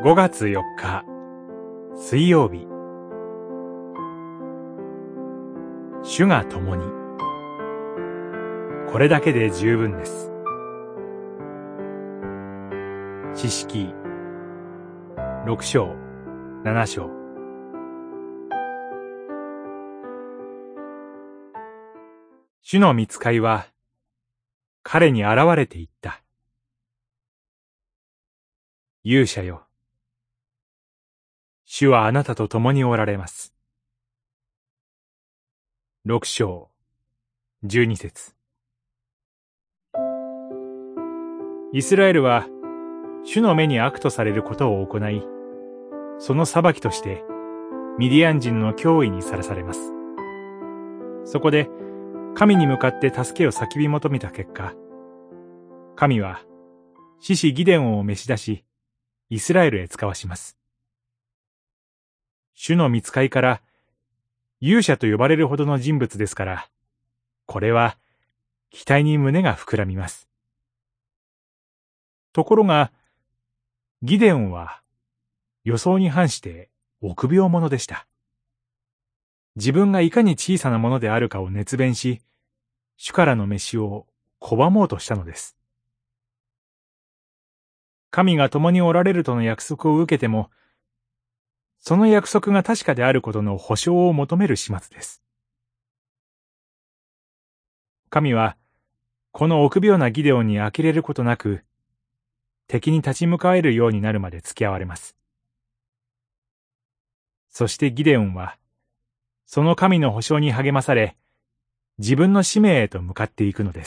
5月4日水曜日。主が共に。これだけで十分です。詩式6章7章。主の御使いは彼に現れて言った。勇者よ、主はあなたと共におられます。6章12節。イスラエルは主の目に悪とされることを行い、その裁きとしてミディアン人の脅威にさらされます。そこで神に向かって助けを叫び求めた結果、神は獅子ギデオンを召し出し、イスラエルへ使わします。主の御使いから勇者と呼ばれるほどの人物ですから、これは期待に胸が膨らみます。ところが、ギデオンは予想に反して臆病者でした。自分がいかに小さなものであるかを熱弁し、主からの召しを拒もうとしたのです。神が共におられるとの約束を受けても、その約束が確かであることの保証を求める始末です。神は、この臆病なギデオンに呆れることなく、敵に立ち向かえるようになるまで付き合われます。そしてギデオンは、その神の保証に励まされ、自分の使命へと向かっていくのです。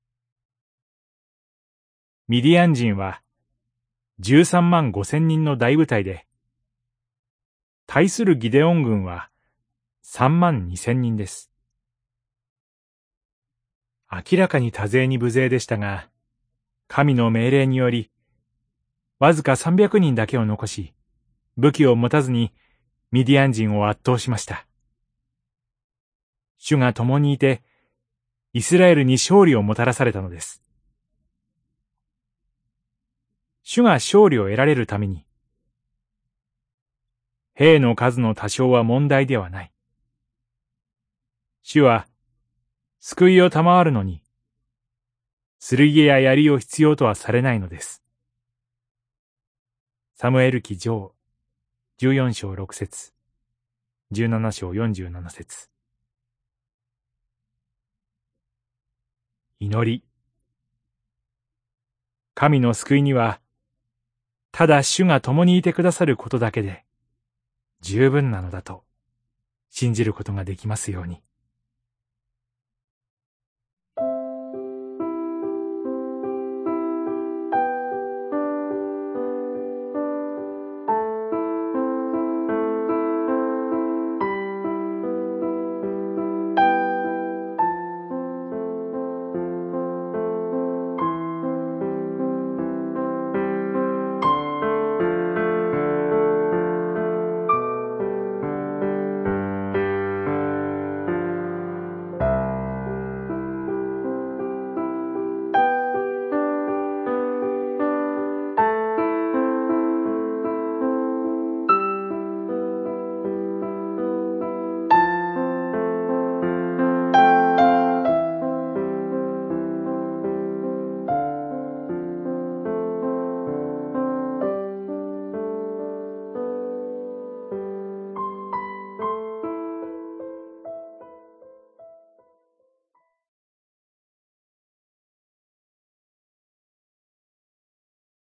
ミディアン人は、13万5千人の大部隊で、対するギデオン軍は3万2千人です。明らかに多勢に無勢でしたが、神の命令により、わずか300人だけを残し、武器を持たずにミディアン人を圧倒しました。主が共にいて、イスラエルに勝利をもたらされたのです。主が勝利を得られるために、兵の数の多少は問題ではない。主は、救いを賜るのに、剣や槍を必要とはされないのです。サムエル記上、14章6節、17章47節。祈り。神の救いには、ただ主が共にいてくださることだけで十分なのだと信じることができますように。